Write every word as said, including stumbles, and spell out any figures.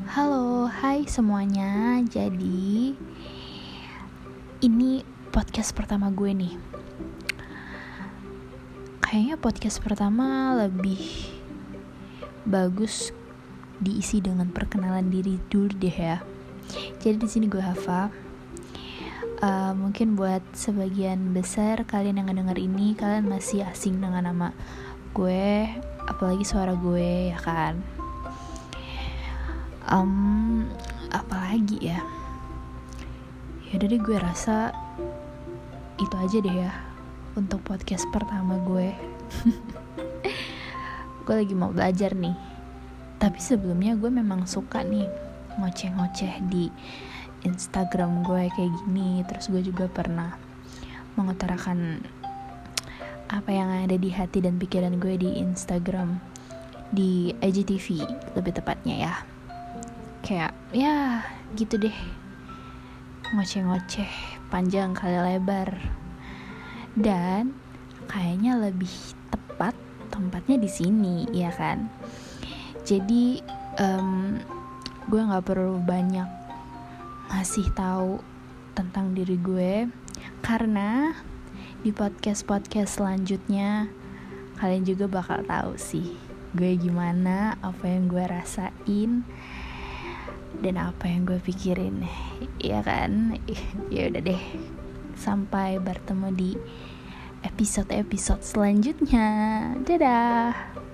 Halo, hai semuanya. Jadi ini podcast pertama gue nih. Kayaknya podcast pertama lebih bagus diisi dengan perkenalan diri dulu deh ya. Jadi di sini gue Hafa. Uh, mungkin buat sebagian besar kalian yang ngedenger ini, kalian masih asing dengan nama gue, apalagi suara gue ya kan. Um, apalagi ya Yaudah deh, gue rasa itu aja deh ya untuk podcast pertama gue. Gue lagi mau belajar nih. Tapi sebelumnya gue memang suka nih ngoceh-ngoceh di Instagram gue kayak gini. Terus gue juga pernah mengutarakan apa yang ada di hati dan pikiran gue di Instagram, di I G T V lebih tepatnya ya. Kayak ya gitu deh, ngoceh-ngoceh panjang kali lebar. Dan kayaknya lebih tepat tempatnya di sini ya kan. Jadi um, gue nggak perlu banyak ngasih tahu tentang diri gue, karena di podcast-podcast selanjutnya kalian juga bakal tahu sih gue gimana, apa yang gue rasain dan apa yang gue pikirin, ya kan. Ya udah deh, sampai bertemu di episode-episode selanjutnya. Dadah.